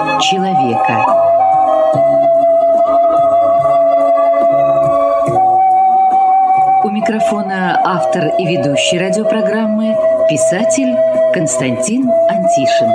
человека. У микрофона автор и ведущий радиопрограммы писатель Константин Антишин.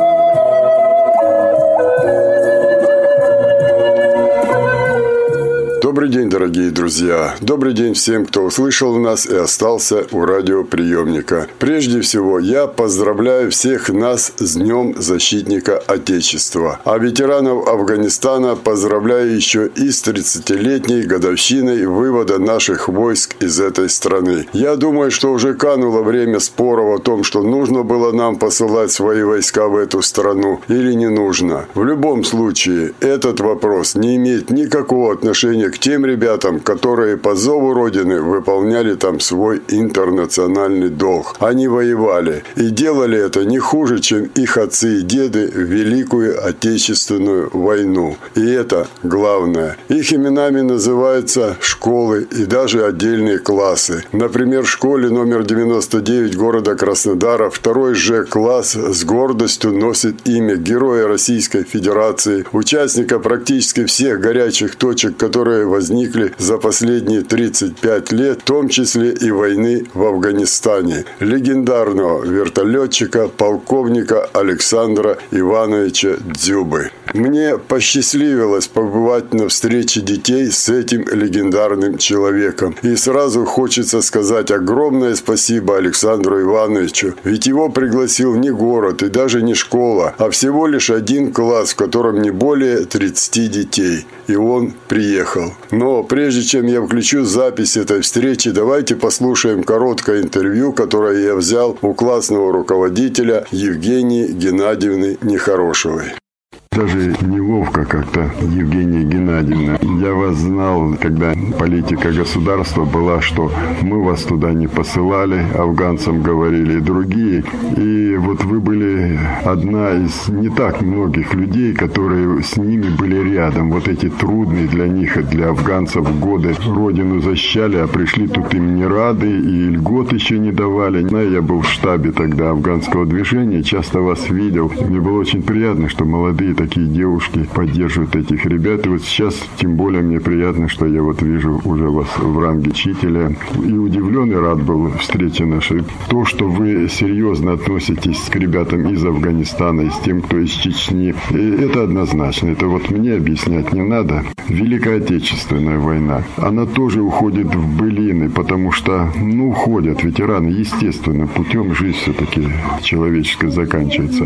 Добрый день, дорогие друзья! Добрый день всем, кто услышал нас и остался у радиоприемника. Прежде всего, я поздравляю всех нас с Днем Защитника Отечества. А ветеранов Афганистана поздравляю еще и с 30-летней годовщиной вывода наших войск из этой страны. Я думаю, что уже кануло время споров о том, что нужно было нам посылать свои войска в эту страну или не нужно. В любом случае, этот вопрос не имеет никакого отношения к тем ребятам, которые по зову Родины выполняли там свой интернациональный долг. Они воевали и делали это не хуже, чем их отцы и деды в Великую Отечественную войну. И это главное. Их именами называются школы и даже отдельные классы. Например, в школе номер 99 города Краснодара 2 Ж-класс с гордостью носит имя Героя Российской Федерации, участника практически всех горячих точек, которые возникли за последние 35 лет, в том числе и войны в Афганистане, легендарного вертолетчика полковника Александра Ивановича Дзюбы. Мне посчастливилось побывать на встрече детей с этим легендарным человеком. И сразу хочется сказать огромное спасибо Александру Ивановичу, ведь его пригласил не город и даже не школа, а всего лишь один класс, в котором не более 30 детей. И он приехал. Но прежде чем я включу запись этой встречи, давайте послушаем короткое интервью, которое я взял у классного руководителя Евгении Геннадьевны Нехорошевой. Даже неловко как-то, Евгения Геннадьевна. Я вас знал, когда политика государства была, что мы вас туда не посылали, афганцам говорили и другие. И вот вы были одна из не так многих людей, которые с ними были рядом. Вот эти трудные для них и для афганцев годы родину защищали, а пришли тут им не рады и льгот еще не давали. Я был в штабе тогда афганского движения, часто вас видел. Мне было очень приятно, что молодые такие девушки поддерживают этих ребят. И вот сейчас, тем более, мне приятно, что я вот вижу уже вас в ранге учителя. И удивлен, и рад был встрече нашей. То, что вы серьезно относитесь к ребятам из Афганистана, и с тем, кто из Чечни, это однозначно. Это вот мне объяснять не надо. Великая Отечественная война, она тоже уходит в былины, потому что, уходят ветераны, естественно, путем жизнь все-таки человеческая заканчивается.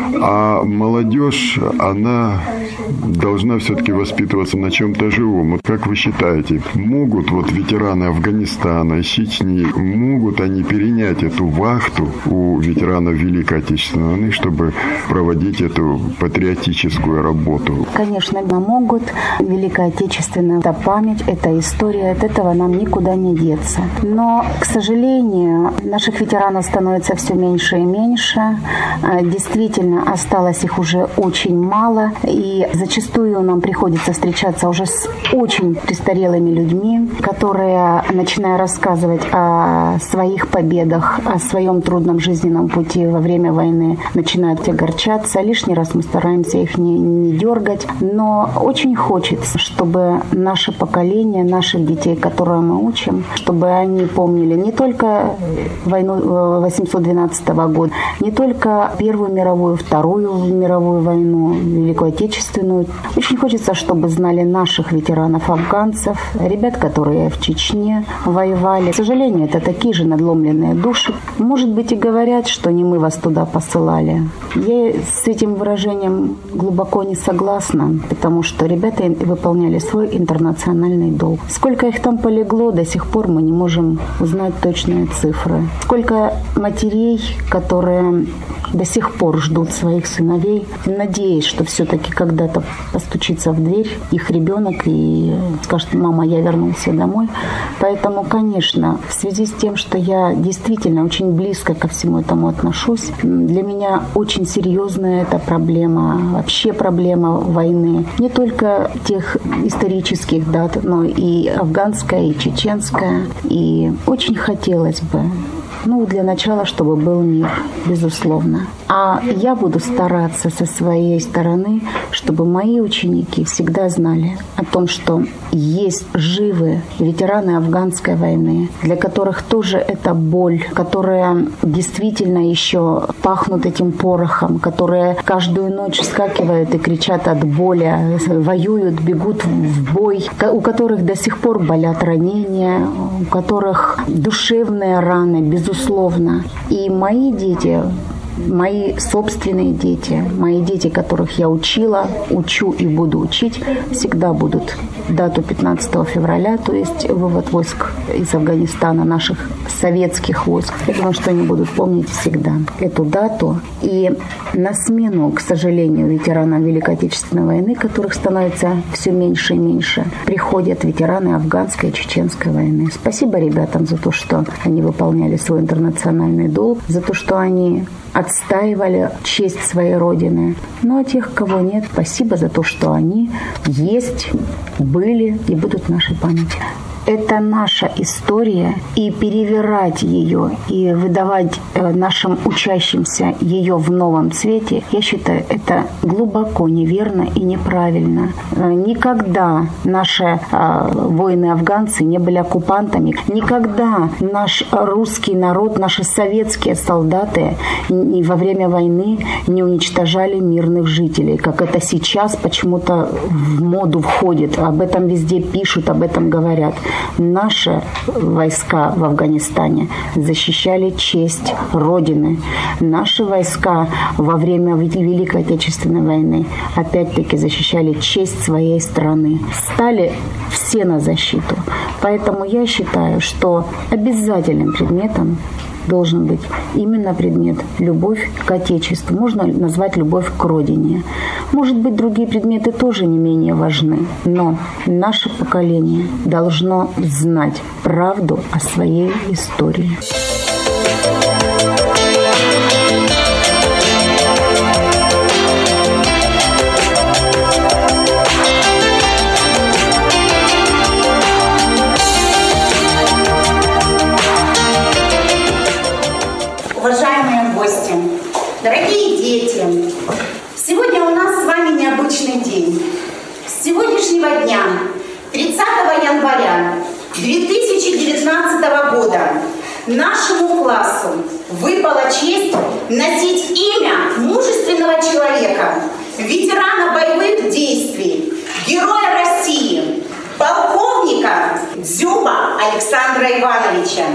А молодежь, она должна все-таки воспитываться на чем-то живом. Вот как вы считаете, могут вот ветераны Афганистана, из Чечни, могут они перенять эту вахту у ветеранов Великой Отечественной войны, чтобы проводить эту патриотическую работу? Конечно, могут. Великая Отечественная – это память, это история, от этого нам никуда не деться. Но, к сожалению, наших ветеранов становится все меньше и меньше. Действительно, осталось их уже очень мало, и зачастую нам приходится встречаться уже с очень престарелыми людьми, которые, начиная рассказывать о своих победах, о своем трудном жизненном пути во время войны, начинают огорчаться. Лишний раз мы стараемся их не дергать, но очень хочется, чтобы наше поколение, наших детей, которые мы учим, чтобы они помнили не только войну 812 года, не только Первую мировую, Вторую мировую войну, Великую Отечественную. Очень хочется, чтобы знали наших ветеранов-афганцев, ребят, которые в Чечне воевали. К сожалению, это такие же надломленные души. Может быть, и говорят, что не мы вас туда посылали. Я с этим выражением глубоко не согласна, потому что ребята выполняли свой интернациональный долг. Сколько их там полегло, до сих пор мы не можем узнать точные цифры. Сколько матерей, которые до сих пор ждут своих сыновей, надеясь, что все-таки когда-то постучится в дверь их ребенок и скажет: мама, я вернулся домой. Поэтому, конечно, в связи с тем, что я действительно очень близко ко всему этому отношусь, для меня очень серьезная эта проблема, вообще проблема войны. Не только тех исторических дат, но и афганская, и чеченская. И очень хотелось бы, Для начала, чтобы был мир, безусловно. А я буду стараться со своей стороны, чтобы мои ученики всегда знали о том, что есть живые ветераны афганской войны, для которых тоже это боль, которые действительно еще пахнут этим порохом, которые каждую ночь вскакивают и кричат от боли, воюют, бегут в бой, у которых до сих пор болят ранения, у которых душевные раны, безусловно. И мои дети, мои собственные дети, которых я учила, учу и буду учить, всегда будут дату 15 февраля, то есть вывод войск из Афганистана, наших советских войск. Я думаю, что они будут помнить всегда эту дату. И на смену, к сожалению, ветеранам Великой Отечественной войны, которых становится все меньше и меньше, приходят ветераны афганской и чеченской войны. Спасибо ребятам за то, что они выполняли свой интернациональный долг, за то, что они отстаивали честь своей Родины. Ну а тех, кого нет, спасибо за то, что они есть, были и будут в нашей памяти. Это наша история, и перевирать ее, и выдавать нашим учащимся ее в новом цвете, я считаю, это глубоко неверно и неправильно. Никогда наши воины-афганцы не были оккупантами, никогда наш русский народ, наши советские солдаты во время войны не уничтожали мирных жителей, как это сейчас почему-то в моду входит. Об этом везде пишут, об этом говорят. Наши войска в Афганистане защищали честь Родины. Наши войска во время Великой Отечественной войны опять-таки защищали честь своей страны. Стали все на защиту. Поэтому я считаю, что обязательным предметом должен быть именно предмет «любовь к Отечеству». Можно назвать «любовь к Родине». Может быть, другие предметы тоже не менее важны, но наше поколение должно знать правду о своей истории. Дорогие дети, сегодня у нас с вами необычный день. С сегодняшнего дня, 30 января 2019 года, нашему классу выпала честь носить имя мужественного человека, ветерана боевых действий, героя России, полковника Дзюба Александра Ивановича.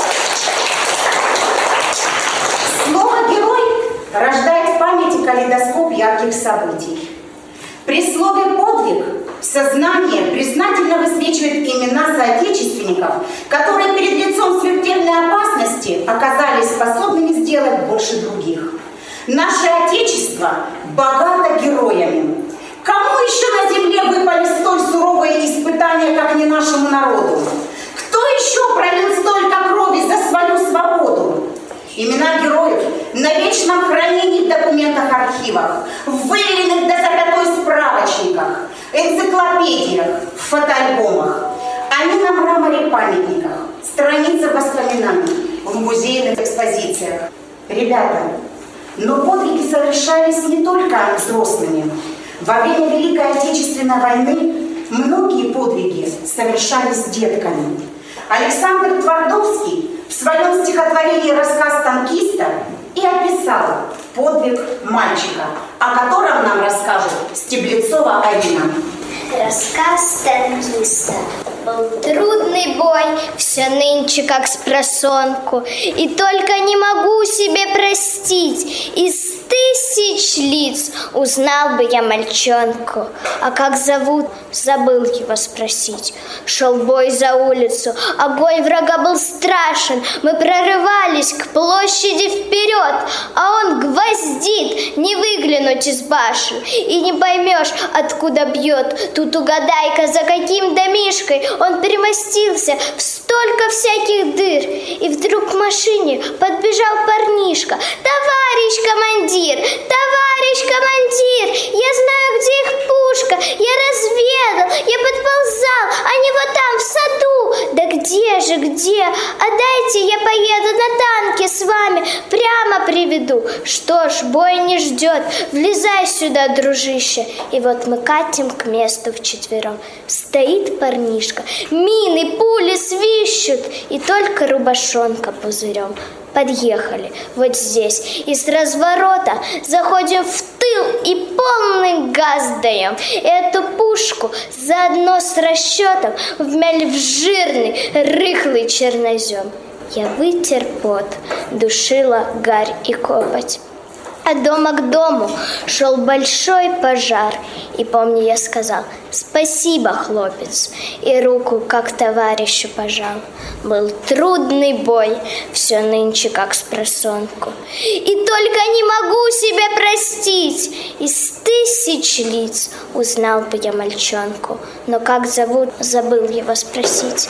Слово «герой» рождает в памяти калейдоскоп ярких событий. При слове «подвиг» сознание признательно высвечивает имена соотечественников, которые перед лицом смертельной опасности оказались способными сделать больше других. Наше Отечество богато героями. Кому еще на земле выпали столь суровые испытания, как не нашему народу? Кто еще пролил столько крови за свою свободу? Имена героев на вечном хранении в документах архивах, в выверенных до запятой справочниках, энциклопедиях, в фотоальбомах. Они на мраморе памятниках, страницах воспоминаний, в музейных экспозициях. Ребята, но подвиги совершались не только взрослыми. Во время Великой Отечественной войны многие подвиги совершались детками. Александр Твардовский в своем стихотворении «Рассказ танкиста» и описал подвиг мальчика, о котором нам расскажет Стеблецова Арина. Рассказ танкиста. Был трудный бой, все нынче как спросонку, и только не могу себе простить, из 1000 лиц узнал бы я мальчонку, а как зовут, забыл его спросить. Шел бой за улицу, огонь врага был страшен, мы прорывались к площади вперед, а он гвоздит, не выглянуть из башен, и не поймешь, откуда бьет. Тут угадай-ка, за каким домишкой он перемостился в столько всяких дыр. И вдруг к машине подбежал парнишка. «Товарищ командир! Товарищ командир! Я знаю, где их пушка! Я разведал! Я подползал! Они вот там, в саду!» «Да где же, где? А дайте я поеду на танке с вами, прямо приведу. Что ж, бой не ждет, влезай сюда, дружище. И вот мы катим к месту вчетвером. Стоит парнишка, мины, пули свищут, и только рубашонка пузырем. Подъехали вот здесь, и с разворота заходим в тыл и полный газ даем. Эту пушку заодно с расчетом вмяли в жирный, рыхлый чернозем. Я вытер пот, душила гарь и копоть. От дома к дому шел большой пожар. И помню, я сказал: спасибо, хлопец, и руку как товарищу пожал. Был трудный бой, все нынче как спросонку. И только не могу себе простить. Из 1000 лиц узнал бы я мальчонку, но как зовут, забыл его спросить.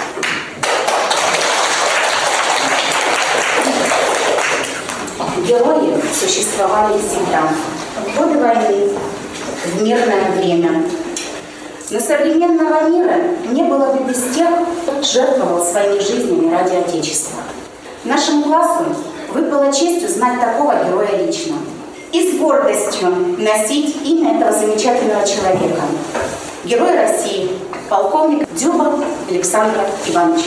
Герои существовали всегда, в годы войны, в мирное время. Но современного мира не было бы без тех, кто жертвовал своими жизнями ради Отечества. Нашему классу выпала честь узнать такого героя лично и с гордостью носить имя этого замечательного человека. Герой России, полковник Дзюба Александр Иванович.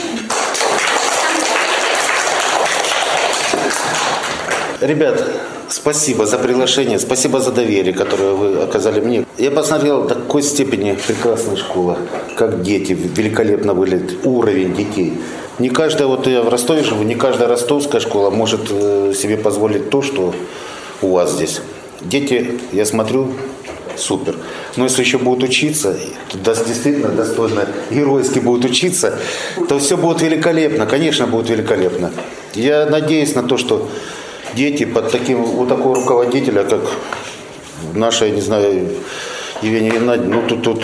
Ребят, спасибо за приглашение, спасибо за доверие, которое вы оказали мне. Я посмотрел, до какой степени прекрасная школа, как дети, великолепно выглядит уровень детей. Не каждая, вот я в Ростове живу, не каждая ростовская школа может себе позволить то, что у вас здесь. Дети, я смотрю, супер. Но если еще будут учиться, действительно достойно, геройски будут учиться, то все будет великолепно, конечно, будет великолепно. Я надеюсь на то, что дети под таким, у такого руководителя, как наша, я не знаю, Евгения Геннадьевна, ну тут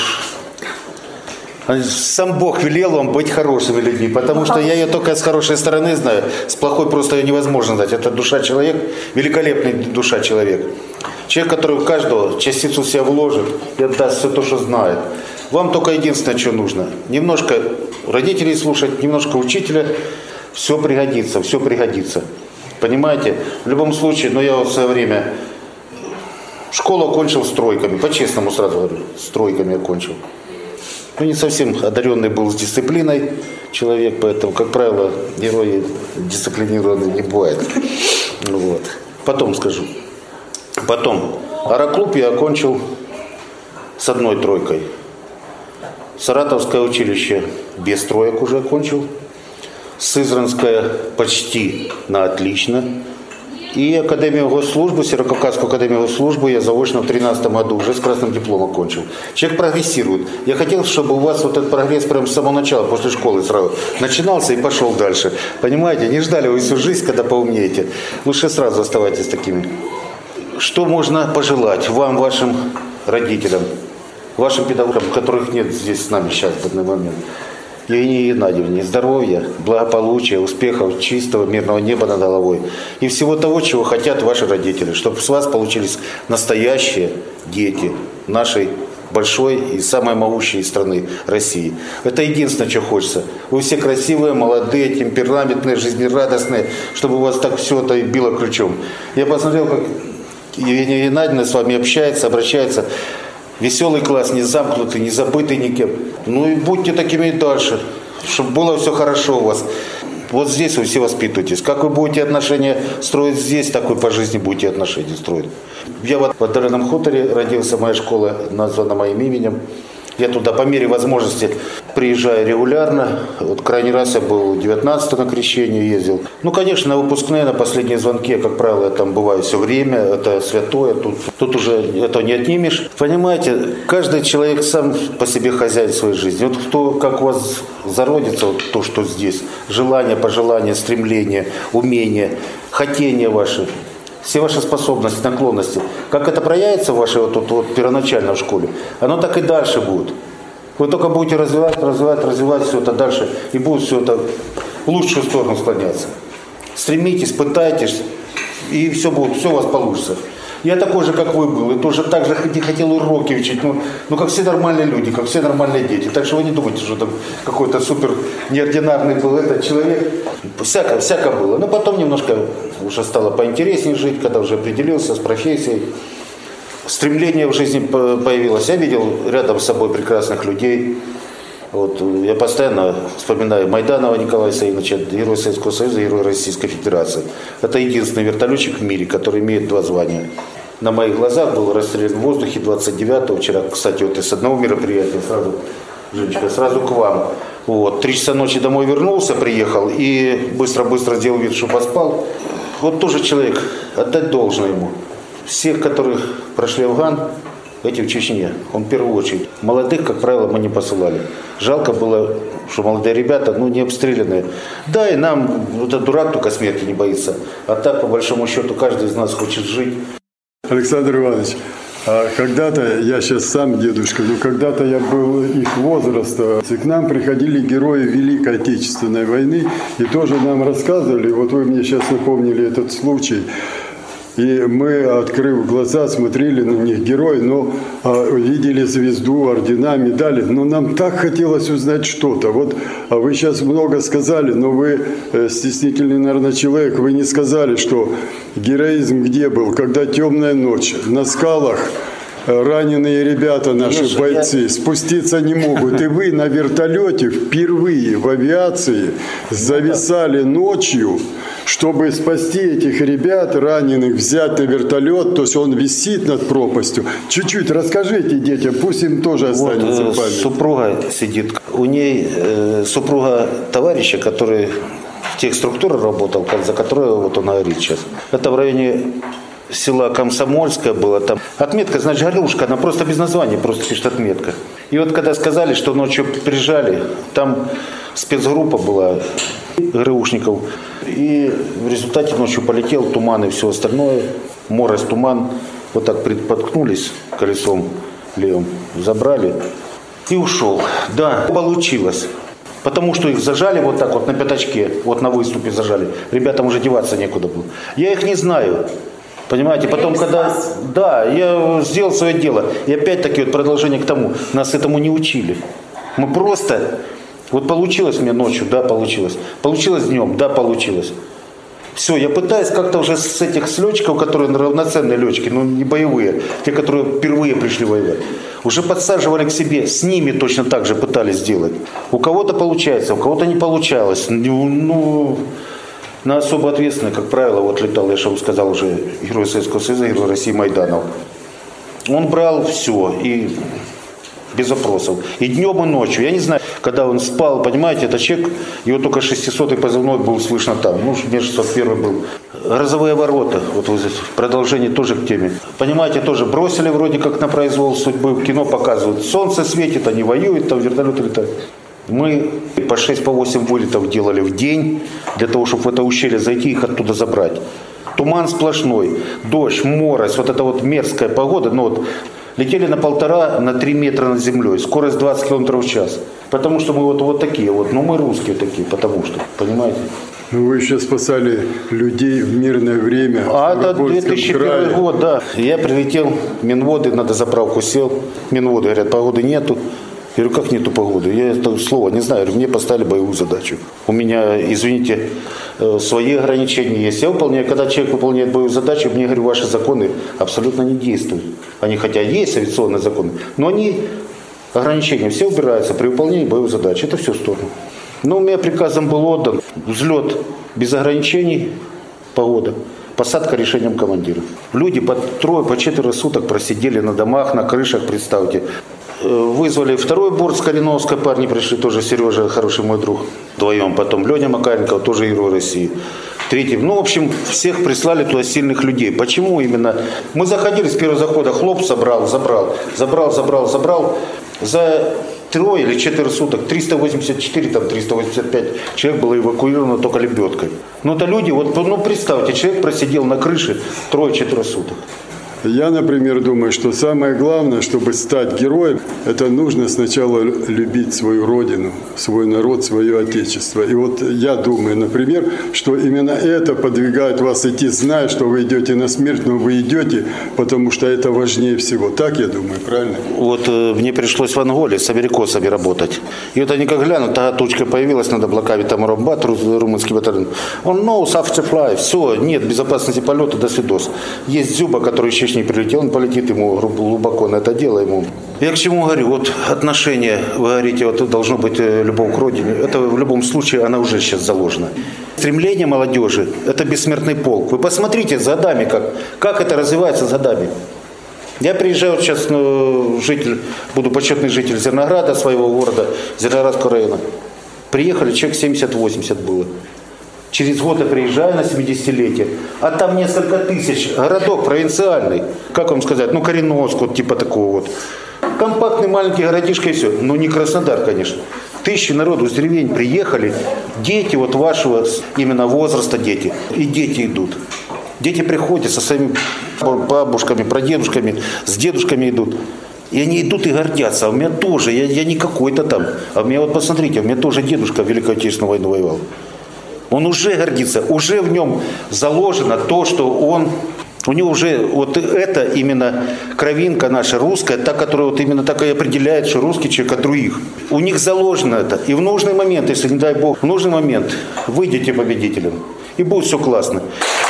сам Бог велел вам быть хорошими людьми, потому что я ее только с хорошей стороны знаю, с плохой просто ее невозможно знать. Это душа человек, великолепная душа человек. Человек, который в каждого частицу себя вложит и отдаст все то, что знает. Вам только единственное, что нужно. Немножко родителей слушать, немножко учителя, все пригодится, все пригодится. Понимаете? В любом случае, но я вот в свое время школу окончил стройками, по-честному сразу говорю, стройками окончил. Ну, не совсем одаренный был с дисциплиной человек, поэтому, как правило, герои дисциплинированные не бывают. Вот. Потом скажу. Потом. Аэроклуб я окончил с 1 тройкой. Саратовское училище без троек уже окончил. Сызранская почти на отлично. И Академию госслужбы, Северокавказскую академию госслужбы я заочно в 2013 году уже с красным дипломом окончил. Человек прогрессирует. Я хотел, чтобы у вас вот этот прогресс прямо с самого начала, после школы сразу начинался и пошел дальше. Понимаете, не ждали вы всю жизнь, когда поумнеете. Лучше сразу оставайтесь такими. Что можно пожелать вам, вашим родителям, вашим педагогам, которых нет здесь с нами сейчас в данный момент? Евгении Геннадьевне здоровья, благополучия, успехов, чистого мирного неба над головой и всего того, чего хотят ваши родители, чтобы с вас получились настоящие дети нашей большой и самой могущей страны России. Это единственное, что хочется. Вы все красивые, молодые, темпераментные, жизнерадостные, чтобы у вас так все это било ключом. Я посмотрел, как Евгения Геннадьевна с вами общается, обращается. Веселый класс, не замкнутый, не забытый никем. Ну и будьте такими и дальше, чтобы было все хорошо у вас. Вот здесь вы все воспитываетесь. Как вы будете отношения строить здесь, так вы по жизни будете отношения строить. Я в Отдаленном хуторе родился, моя школа названа моим именем. Я туда по мере возможности приезжаю регулярно. Вот крайний раз я был 19 на крещение ездил. Ну, конечно, на выпускные, на последние звонки, как правило, я там бываю все время. Это святое, тут уже это не отнимешь. Понимаете, каждый человек сам по себе хозяин своей жизни. Вот кто, как у вас зародится, вот то, что здесь. Желание, пожелание, стремление, умение, хотение ваши. Все ваши способности, наклонности. Как это проявится в вашей вот первоначально в школе, оно так и дальше будет. Вы только будете развивать все это дальше, и будет все это в лучшую сторону склоняться. Стремитесь, пытайтесь, и все у вас получится. Я такой же, как вы был, и тоже так же хотел уроки учить, ну как все нормальные люди, как все нормальные дети. Так что вы не думайте, что там какой-то супер неординарный был этот человек. Всяко было. Но потом немножко уже стало поинтереснее жить, когда уже определился с профессией. Стремление в жизни появилось. Я видел рядом с собой прекрасных людей. Вот, я постоянно вспоминаю Майданова Николая Саиновича, Герой Советского Союза, Герой Российской Федерации. Это единственный вертолетчик в мире, который имеет 2 звания. На моих глазах был расстрелян в воздухе 29-го. Вчера, кстати, вот из одного мероприятия сразу, Женечка, сразу к вам. Вот, 3 часа ночи домой вернулся, приехал и быстро-быстро сделал вид, что поспал. Вот тоже человек, отдать должное ему. Всех, которых прошли Афган, эти в Чечне, он в первую очередь. Молодых, как правило, мы не посылали. Жалко было, что молодые ребята, не обстрелянные. Да, и нам, этот дурак только смерти не боится. А так, по большому счету, каждый из нас хочет жить. Александр Иванович, а когда-то, я сейчас сам дедушка, но когда-то я был их возраста, к нам приходили герои Великой Отечественной войны и тоже нам рассказывали, вот вы мне сейчас напомнили этот случай. И мы, открыв глаза, смотрели на них герои, видели звезду, ордена, медали. Но нам так хотелось узнать что-то. Вот вы сейчас много сказали, но вы стеснительный, наверное, человек. Вы не сказали, что героизм где был, когда темная ночь, на скалах раненые ребята, наши бойцы, спуститься не могут. И вы на вертолете впервые в авиации зависали ночью, чтобы спасти этих ребят раненых, взять на вертолет, то есть он висит над пропастью. Чуть-чуть расскажите детям, пусть им тоже останется в память. Супруга сидит, у ней супруга товарища, который в тех структурах работал, за которую вот он говорит сейчас. Это в районе села Комсомольское было там. Отметка, значит, Горюшка, она просто без названия, просто пишет отметка. И вот когда сказали, что ночью прижали, там спецгруппа была ГРУшников. И в результате ночью полетел туман и все остальное. Морось, туман. Вот так подткнулись колесом левым, забрали и ушел. Да, получилось. Потому что их зажали вот так вот на пятачке, вот на выступе зажали. Ребятам уже деваться некуда было. Я их не знаю. Понимаете, потом, когда... Да, я сделал свое дело. И опять-таки вот продолжение к тому. Нас этому не учили. Мы просто... Вот получилось мне ночью, да, получилось. Получилось днем, да, получилось. Все, я пытаюсь как-то уже с этих летчиков, которые равноценные летчики, не боевые, те, которые впервые пришли воевать, уже подсаживали к себе, с ними точно так же пытались сделать. У кого-то получается, у кого-то не получалось. На особо ответственное, как правило, вот летал, я же вам сказал уже, Герой Советского Союза, Герой России Майданов. Он брал все и без вопросов. И днем, и ночью. Я не знаю, когда он спал, понимаете, это человек, его только 600-й позывной был слышно там. Мне 601 был. Грозовые ворота, вот продолжение тоже к теме. Понимаете, тоже бросили вроде как на произвол судьбы. В кино показывают, солнце светит, они воюют, там вертолеты летают. Мы по 6-8 вылетов делали в день, для того, чтобы в это ущелье зайти и их оттуда забрать. Туман сплошной, дождь, морось, вот эта вот мерзкая погода. Летели на 1,5-3 метра над землей, скорость 20 км в час. Потому что мы вот такие вот, мы русские такие, потому что, понимаете? Вы еще спасали людей в мирное время. Это 2001 год, да. Я прилетел, Минводы, надо заправку сел. Минводы говорят, погоды нету. Я говорю, как нету погоды? Я это слово не знаю. Мне поставили боевую задачу. У меня, извините, свои ограничения есть. Я выполняю, когда человек выполняет боевую задачу, мне говорю, ваши законы абсолютно не действуют. Они хотя есть авиационные законы, но они, ограничения все убираются при выполнении боевой задачи. Это все в сторону. У меня приказом был отдан взлет без ограничений, погода. Посадка решением командира. Люди по 3-4 суток просидели на домах, на крышах, представьте. Вызвали второй борт с Калиновской, парни пришли, тоже Сережа, хороший мой друг, вдвоем. Потом Леня Макаренков, тоже Герой России. Третий. В общем, всех прислали туда сильных людей. Почему именно? Мы заходили с первого захода, хлоп, забрал. За 3 или 4 суток 384, 385 человек было эвакуировано только лебедкой. Это люди, представьте, человек просидел на крыше 3-4 суток. Я, например, думаю, что самое главное, чтобы стать героем, это нужно сначала любить свою родину, свой народ, свое отечество. И вот я думаю, например, что именно это подвигает вас идти, зная, что вы идете на смерть, но вы идете, потому что это важнее всего. Так я думаю, правильно? Вот мне пришлось в Анголе с америкосами работать. И вот они как глянут, тучка появилась над облаками, там Ромбат, румынский батальон. Он knows after fly, все, нет безопасности полета, до свидос. Есть Дзюба, который из Чечни прилетел, он полетит ему глубоко на это дело ему. Я к чему говорю, вот отношение, вы говорите, вот должно быть любовь к родине, это в любом случае, она уже сейчас заложена. Стремление молодежи, это бессмертный полк. Вы посмотрите за годами, как это развивается за годами. Я приезжаю сейчас, буду почетный житель Зернограда, своего города, Зерноградского района. Приехали, человек 70-80 было. Через год я приезжаю на 70-летие, а там несколько тысяч, городок провинциальный, как вам сказать, Кореновск, вот типа такого вот. Компактный маленький городишко и все, но не Краснодар, конечно. Тысячи народу с деревень приехали, дети вот вашего именно возраста дети, и дети идут. Дети приходят со своими бабушками, прадедушками, с дедушками идут. И они идут и гордятся, а у меня тоже, я не какой-то там, а у меня вот посмотрите, у меня тоже дедушка в Великую Отечественную войну воевал. Он уже гордится, уже в нем заложено то, что у него уже вот это именно кровинка наша русская, та, которая вот именно так и определяет, что русский человек от других. У них заложено это. И в нужный момент, если не дай Бог, в нужный момент выйдете победителем. И будет все классно.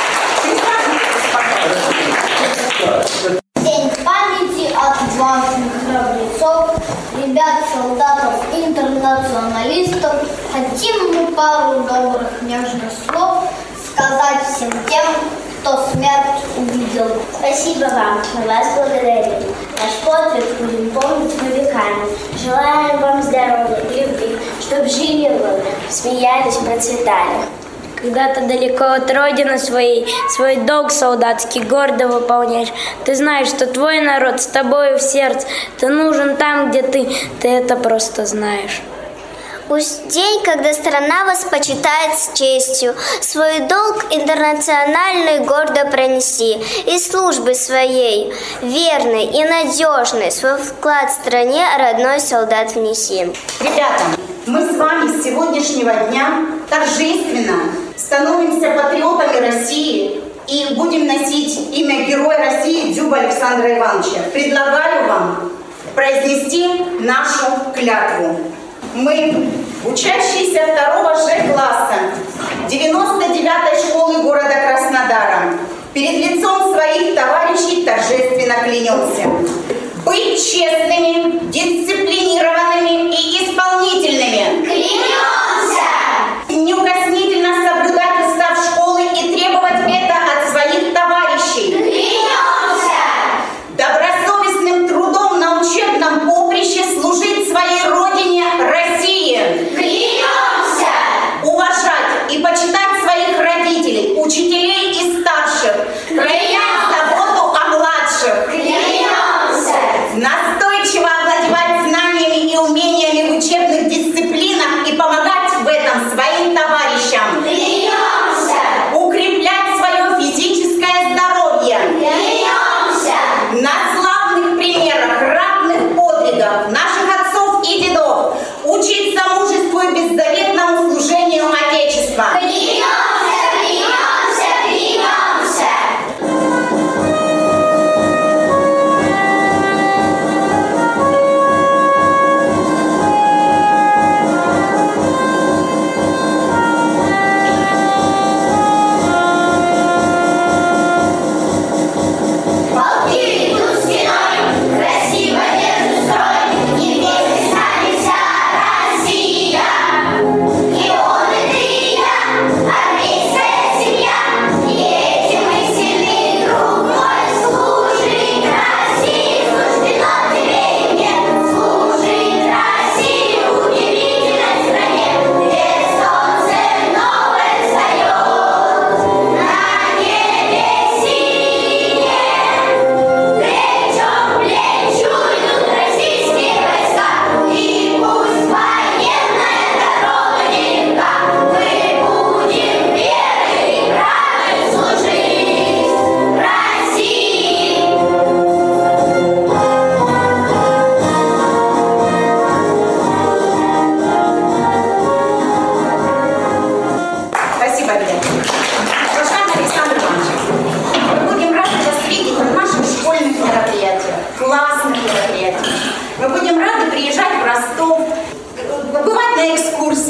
День памяти отважных храбрецов, ребят, солдатов, интернационалистов. Хотим мы пару добрых, нежных слов сказать всем тем, кто смерть увидел. Спасибо вам, мы вас благодарим. Наш подвиг будем помнить веками. Желаем вам здоровья и любви, чтобы жили вы, смеялись, процветали. Когда ты далеко от родины своей, свой долг солдатский гордо выполняешь. Ты знаешь, что твой народ с тобою в сердце. Ты нужен там, где ты это просто знаешь. Пусть день, когда страна вас почитает с честью, свой долг интернациональный гордо пронеси, и службы своей, верной и надежной, свой вклад в стране родной солдат внеси. Ребята, мы с вами с сегодняшнего дня торжественно становимся патриотами России и будем носить имя Героя России Дзюба Александра Ивановича. Предлагаю вам произнести нашу клятву. Мы, учащиеся 2 Ж-класса 99-й школы города Краснодара, перед лицом своих товарищей торжественно клянемся быть честными, дисциплинированными и исполнительными. Клянемся! Неукоснительно соблюдать устав школы и требовать это от своих товарищей. Клянемся! Добросовестным трудом на учебном поприще служить своей родине России. Клянемся! Уважать и почитать своих родителей, учителей и старших. Проявлять заботу о младших. Клянемся! Настойчиво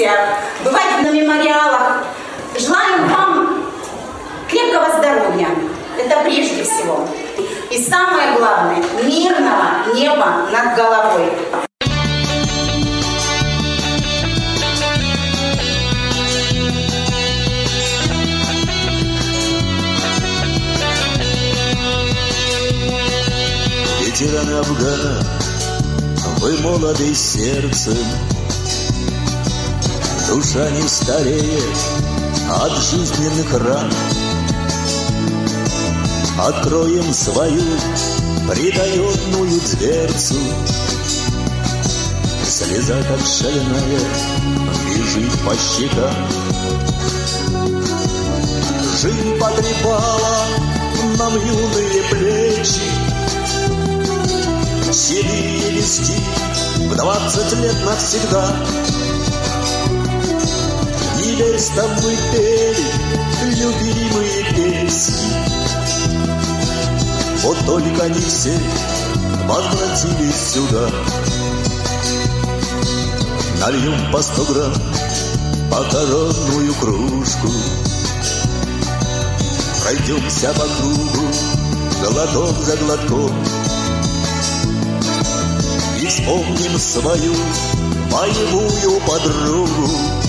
экскурсиях, бывать на мемориалах. Желаем вам крепкого здоровья. Это прежде всего. И самое главное, мирного неба над головой. Ветераны Афгана, вы молоды сердцем, душа не стареет от жизненных ран. Откроем свою притаенную дверцу, слеза, как шальная, бежит по щекам. Жизнь потрепала нам юные плечи, седые листки в 20 лет навсегда. Невестам мы пели любимые песни, вот только не все возвратились сюда. Нальем по 100 грамм похоронную кружку, пройдемся по кругу глоток за глотком и вспомним свою боевую подругу,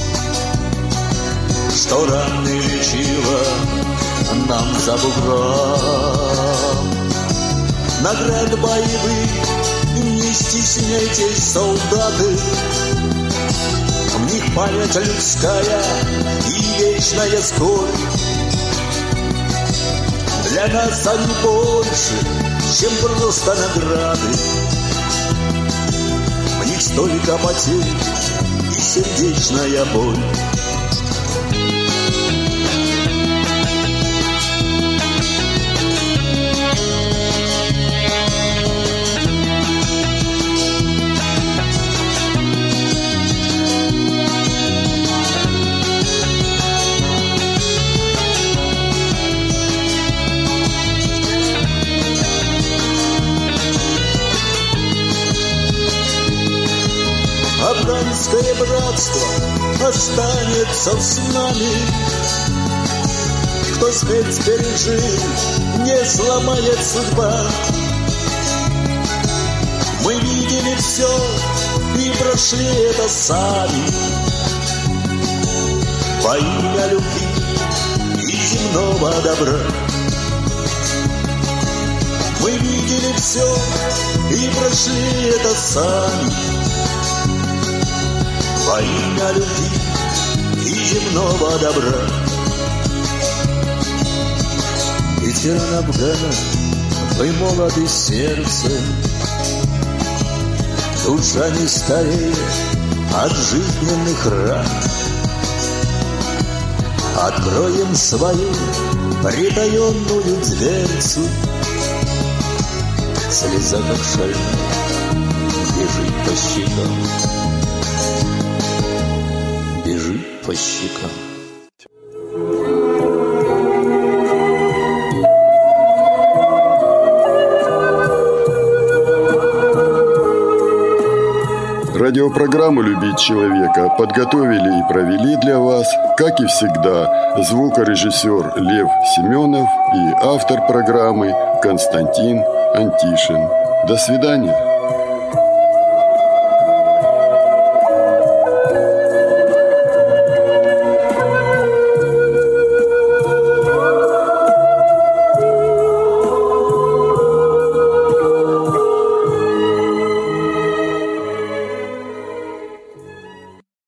что раны лечила нам за бугром. Наград боевых не стесняйтесь, солдаты, в них память людская и вечная скорбь. Для нас они больше, чем просто награды. В них столько потерь и сердечная боль. Афганское братство останется с нами. Кто смерть пережил, не сломает судьба. Мы видели все и прошли это сами. Во имя любви и земного добра. Мы видели все и прошли это сами. Во имя любви и земного добра. Ветеран Афгана, вы молоды сердцем, душа не стареет от жизненных ран. Откроем свою притаенную дверцу, слеза, как шальная, бежит по щекам. Бежит по щекам. Радиопрограмму «Любить человека» подготовили и провели для вас, как и всегда, звукорежиссер Лев Семенов и автор программы Константин Антишин. До свидания.